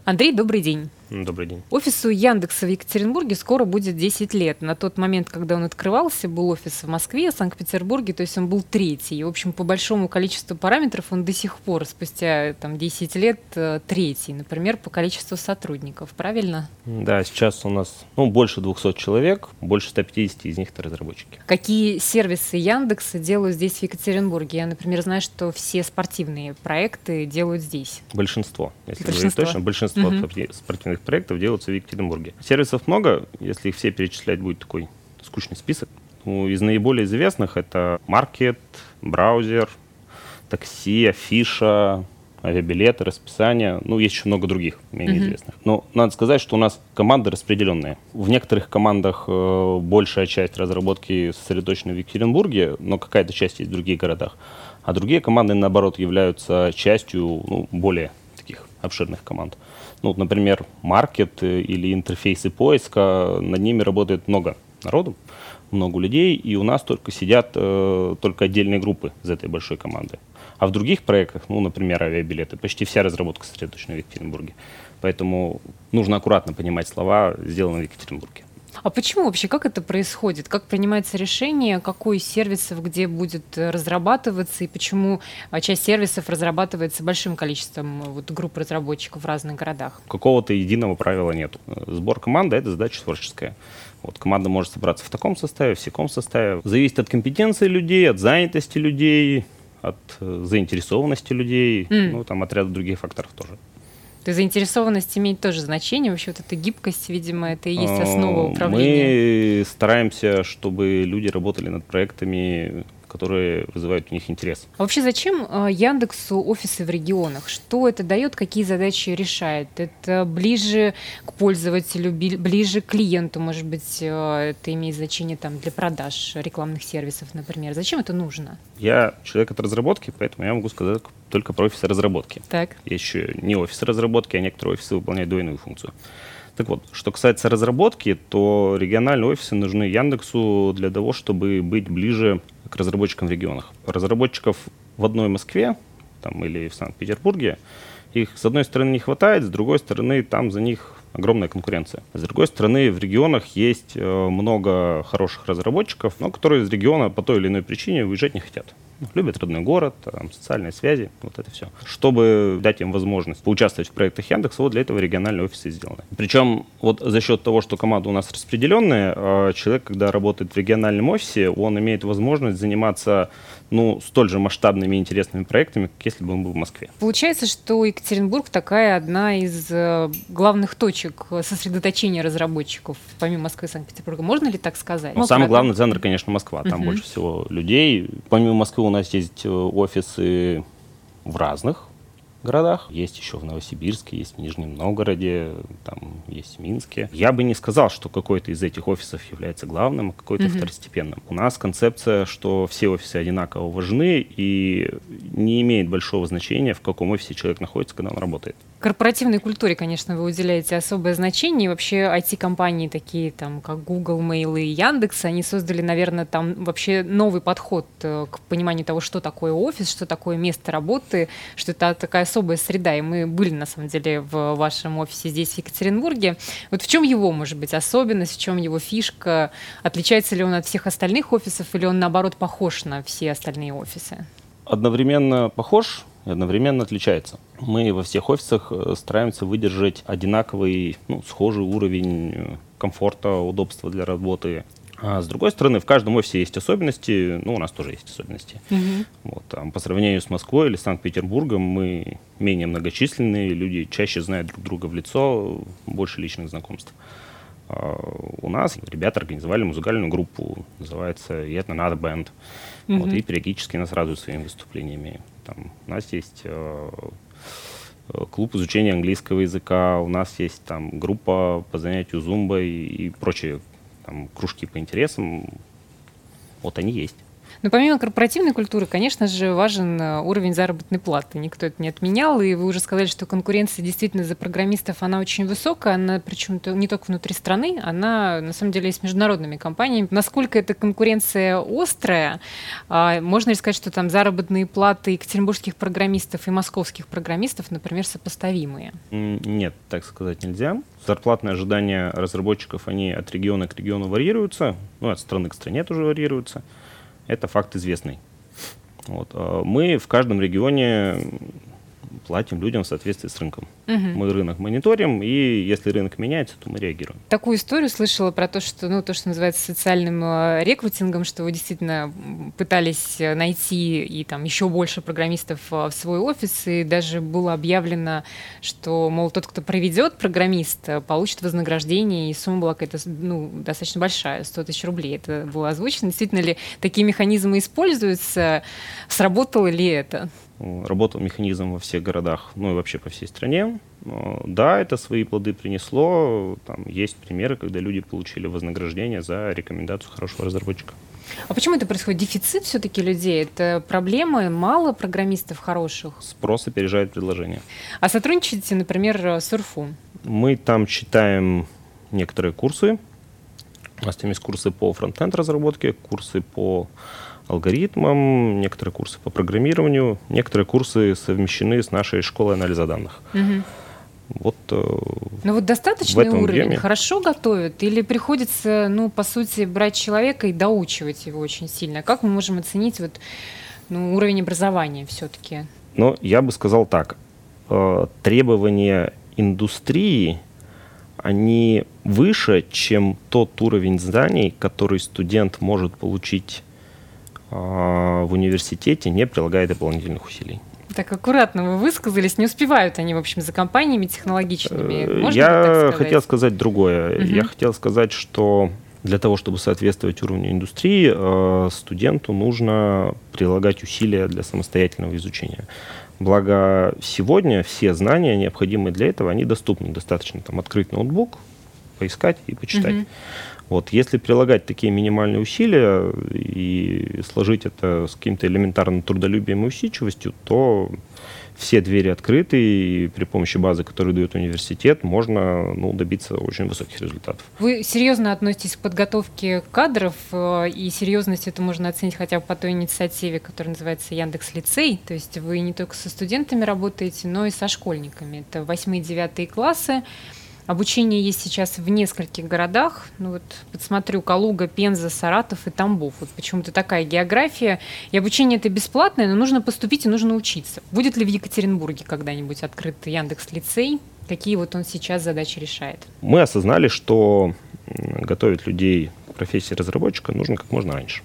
Андрей, добрый день. Добрый день. Офису Яндекса в Екатеринбурге скоро будет 10 лет. На тот момент, когда он открывался, был офис в Москве, Санкт-Петербурге, то есть он был третий. И, в общем, по большому количеству параметров он до сих пор, спустя 10 лет, третий. Например, по количеству сотрудников, правильно? Да, сейчас у нас больше 200 человек, больше 150 из них это разработчики. Какие сервисы Яндекса делают здесь, в Екатеринбурге? Я, например, знаю, что все спортивные проекты делают здесь. Большинство, если говорить точно, большинство спортивных проектов делаются в Екатеринбурге. Сервисов много, если их все перечислять, будет такой скучный список. Из наиболее известных это Market, браузер, такси, афиша, авиабилеты, расписание. Есть еще много других, менее известных. Но надо сказать, что у нас команды распределенные. В некоторых командах большая часть разработки сосредоточена в Екатеринбурге, но какая-то часть есть в других городах. А другие команды, наоборот, являются частью более таких обширных команд. Например, маркет или интерфейсы поиска, над ними работает много народу, много людей, и у нас только сидят только отдельные группы из этой большой команды. А в других проектах, например, авиабилеты, почти вся разработка сосредоточена в Екатеринбурге. Поэтому нужно аккуратно понимать слова «сделано в Екатеринбурге». А почему вообще? Как это происходит? Как принимается решение, какой из сервисов где будет разрабатываться, и почему часть сервисов разрабатывается большим количеством групп разработчиков в разных городах? Какого-то единого правила нет. Сбор команды — это задача творческая. Команда может собраться в таком составе, в сяком составе. Зависит от компетенции людей, от занятости людей, от заинтересованности людей, от ряда других факторов тоже. То есть заинтересованность имеет тоже значение. Вообще эта гибкость, видимо, это и есть основа управления. Мы стараемся, чтобы люди работали над проектами, которые вызывают у них интерес. А вообще зачем Яндексу офисы в регионах? Что это дает, какие задачи решает? Это ближе к пользователю, ближе к клиенту, может быть, это имеет значение для продаж рекламных сервисов, например. Зачем это нужно? Я человек от разработки, поэтому я могу сказать только про офисы разработки. Так. Есть еще не офисы разработки, а некоторые офисы выполняют двойную функцию. Так вот, что касается разработки, то региональные офисы нужны Яндексу для того, чтобы быть ближе к разработчикам в регионах. Разработчиков в одной Москве или в Санкт-Петербурге, их с одной стороны не хватает, с другой стороны там за них огромная конкуренция. С другой стороны, в регионах есть много хороших разработчиков, но которые из региона по той или иной причине уезжать не хотят. Любят родной город, социальные связи, это все. Чтобы дать им возможность поучаствовать в проектах Яндекса, для этого региональные офисы сделаны. Причем за счет того, что команда у нас распределенная, человек, когда работает в региональном офисе, он имеет возможность заниматься столь же масштабными и интересными проектами, как если бы он был в Москве. Получается, что Екатеринбург такая одна из главных точек сосредоточения разработчиков, помимо Москвы и Санкт-Петербурга. Можно ли так сказать? Самый главный центр, конечно, Москва. Там больше всего людей. Помимо Москвы у нас есть офисы в разных городах. Есть еще в Новосибирске, есть в Нижнем Новгороде, есть в Минске. Я бы не сказал, что какой-то из этих офисов является главным, а какой-то второстепенным. У нас концепция, что все офисы одинаково важны и не имеет большого значения, в каком офисе человек находится, когда он работает. Корпоративной культуре, конечно, вы уделяете особое значение. И вообще IT-компании такие, как Google, Mail и Яндекс, они создали, наверное, вообще новый подход к пониманию того, что такое офис, что такое место работы, что это такая особая среда. И мы были, на самом деле, в вашем офисе здесь, в Екатеринбурге. В чем его, может быть, особенность, в чем его фишка? Отличается ли он от всех остальных офисов или он, наоборот, похож на все остальные офисы? Одновременно похож и одновременно отличается. Мы во всех офисах стараемся выдержать одинаковый, схожий уровень комфорта, удобства для работы. А с другой стороны, в каждом офисе есть особенности, у нас тоже есть особенности. По сравнению с Москвой или Санкт-Петербургом мы менее многочисленные, люди чаще знают друг друга в лицо, больше личных знакомств. У нас ребята организовали музыкальную группу, называется Yet Another Band, и периодически нас радуют своими выступлениями. У нас есть клуб изучения английского языка, у нас есть группа по занятию зумбой и прочие кружки по интересам. Они есть. Но помимо корпоративной культуры, конечно же, важен уровень заработной платы. Никто это не отменял, и вы уже сказали, что конкуренция действительно за программистов, она очень высокая, она причем не только внутри страны, она на самом деле и с международными компаниями. Насколько эта конкуренция острая? Можно ли сказать, что там заработные платы екатеринбургских программистов и московских программистов, например, сопоставимые? Нет, так сказать нельзя. Зарплатные ожидания разработчиков, они от региона к региону варьируются, от страны к стране тоже варьируются. Это факт известный. Мы в каждом регионе платим людям в соответствии с рынком. Мы рынок мониторим, и если рынок меняется, то мы реагируем. Такую историю слышала про то, что, то, что называется социальным рекрутингом, что вы действительно пытались найти и там еще больше программистов в свой офис, и даже было объявлено, что, мол, тот, кто проведет программист, получит вознаграждение, и сумма была какая-то, достаточно большая, 100 тысяч рублей. Это было озвучено. Действительно ли такие механизмы используются? Сработало ли это? Работал механизм во всех городах, и вообще по всей стране. Да, это свои плоды принесло. Там есть примеры, когда люди получили вознаграждение за рекомендацию хорошего разработчика. А почему это происходит? Дефицит все-таки людей? Это проблема? Мало программистов хороших? Спрос опережает предложение. А сотрудничаете, например, с УРФУ? Мы там читаем некоторые курсы. У нас там есть курсы по фронтенд разработке, курсы по алгоритмам, некоторые курсы по программированию, некоторые курсы совмещены с нашей школой анализа данных. Достаточный уровень, хорошо готовят? Или приходится, по сути, брать человека и доучивать его очень сильно? Как мы можем оценить уровень образования все-таки? Я бы сказал так. Требования индустрии, они выше, чем тот уровень знаний, который студент может получить в университете, не прилагая дополнительных усилий. Так аккуратно вы высказались. Не успевают они, в общем, за компаниями технологичными. Можно Я хотел сказать другое. Я хотел сказать, что для того, чтобы соответствовать уровню индустрии, студенту нужно прилагать усилия для самостоятельного изучения. Благо, сегодня все знания, необходимые для этого, они доступны. Достаточно открыть ноутбук, поискать и почитать. Если прилагать такие минимальные усилия и сложить это с каким-то элементарным трудолюбием и усидчивостью, то все двери открыты, и при помощи базы, которую дает университет, можно добиться очень высоких результатов. Вы серьезно относитесь к подготовке кадров, и серьезность это можно оценить хотя бы по той инициативе, которая называется Яндекс.Лицей. То есть вы не только со студентами работаете, но и со школьниками. Это 8-9 классы. Обучение есть сейчас в нескольких городах. Подсмотрю: Калуга, Пенза, Саратов и Тамбов. Почему-то такая география. И обучение это бесплатное, но нужно поступить и нужно учиться. Будет ли в Екатеринбурге когда-нибудь открыт Яндекс.Лицей? Какие он сейчас задачи решает? Мы осознали, что готовить людей к профессии разработчика нужно как можно раньше.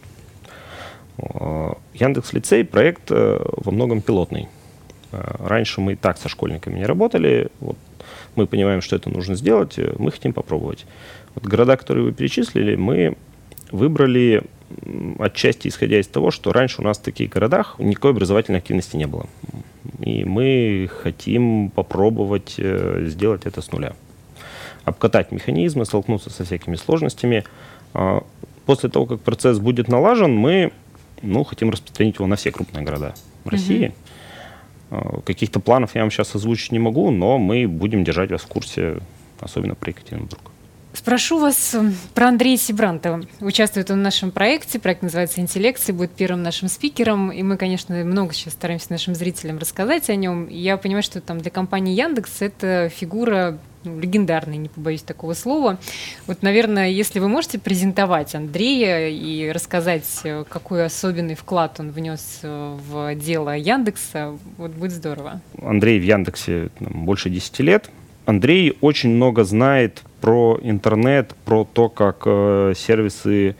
Яндекс.Лицей проект во многом пилотный. Раньше мы и так со школьниками не работали. Мы понимаем, что это нужно сделать, мы хотим попробовать. Города, которые вы перечислили, мы выбрали отчасти исходя из того, что раньше у нас в таких городах никакой образовательной активности не было. И мы хотим попробовать сделать это с нуля. Обкатать механизмы, столкнуться со всякими сложностями. После того, как процесс будет налажен, мы хотим распространить его на все крупные города России. Каких-то планов я вам сейчас озвучить не могу, но мы будем держать вас в курсе, особенно про Екатеринбург. Спрошу вас про Андрея Сибранта. Участвует он в нашем проекте. Проект называется «Интеллекции», будет первым нашим спикером. И мы, конечно, много сейчас стараемся нашим зрителям рассказать о нем. И я понимаю, что для компании Яндекс это фигура легендарная, не побоюсь такого слова. Наверное, если вы можете презентовать Андрея и рассказать, какой особенный вклад он внес в дело Яндекса, будет здорово. Андрей в Яндексе больше 10 лет. Андрей очень много знает про интернет, про то, как сервисы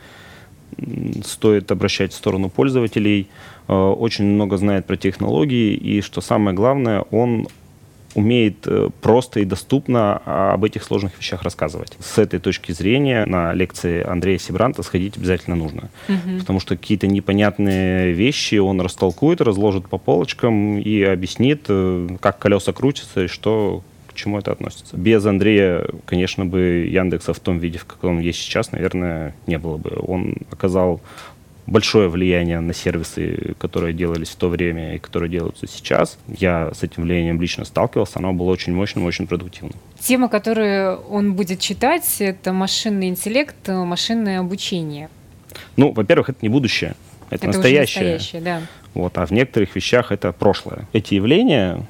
стоит обращать в сторону пользователей, очень много знает про технологии, и, что самое главное, он умеет просто и доступно об этих сложных вещах рассказывать. С этой точки зрения на лекции Андрея Сибранта сходить обязательно нужно. Потому что какие-то непонятные вещи он растолкует, разложит по полочкам и объяснит, как колеса крутятся и что к чему это относится. Без Андрея, конечно, бы Яндекса в том виде, в каком он есть сейчас, наверное, не было бы. Он оказал большое влияние на сервисы, которые делались в то время и которые делаются сейчас. Я с этим влиянием лично сталкивался, оно было очень мощным, очень продуктивным. Тема, которую он будет читать, это машинный интеллект, машинное обучение. Ну, во-первых, это не будущее, это настоящее. Уже настоящее, да. Вот, а в некоторых вещах это прошлое. Эти явления,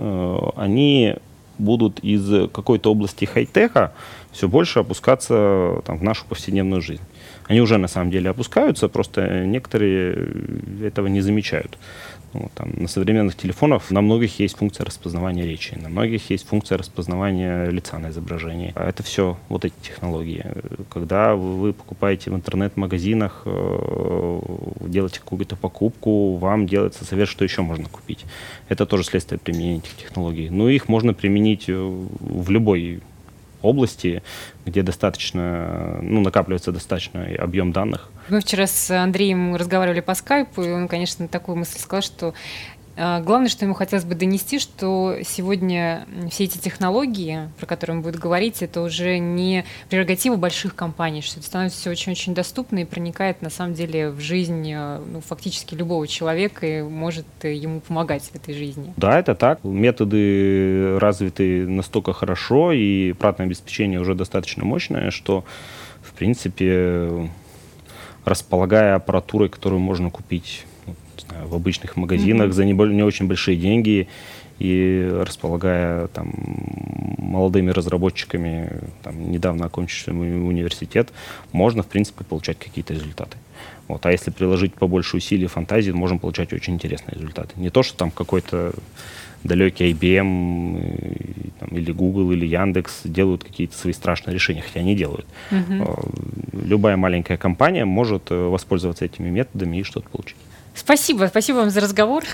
они будут из какой-то области хай-тека все больше опускаться там, в нашу повседневную жизнь. Они уже на самом деле опускаются, просто некоторые этого не замечают. Вот, там, на современных телефонах на многих есть функция распознавания речи, на многих есть функция распознавания лица на изображении. А это все вот эти технологии. Когда вы покупаете в интернет-магазинах, делаете какую-то покупку, вам делается совет, что еще можно купить. Это тоже следствие применения этих технологий. Но их можно применить в любой области, где достаточно, накапливается достаточный объем данных. Мы вчера с Андреем разговаривали по скайпу, и он, конечно, такую мысль сказал, что главное, что ему хотелось бы донести, что сегодня все эти технологии, про которые он будет говорить, это уже не прерогатива больших компаний, что это становится все очень-очень доступно и проникает на самом деле в жизнь фактически любого человека и может ему помогать в этой жизни. Да, это так. Методы развиты настолько хорошо, и платное обеспечение уже достаточно мощное, что, в принципе, располагая аппаратурой, которую можно купить в обычных магазинах за не очень большие деньги и располагая там молодыми разработчиками, там, недавно окончившим университет, можно, в принципе, получать какие-то результаты. Вот. А если приложить побольше усилий и фантазии, можем получать очень интересные результаты. Не то, что там какой-то далекий IBM или Google или Яндекс делают какие-то свои страшные решения, хотя они делают. Любая маленькая компания может воспользоваться этими методами и что-то получить. Спасибо вам за разговор.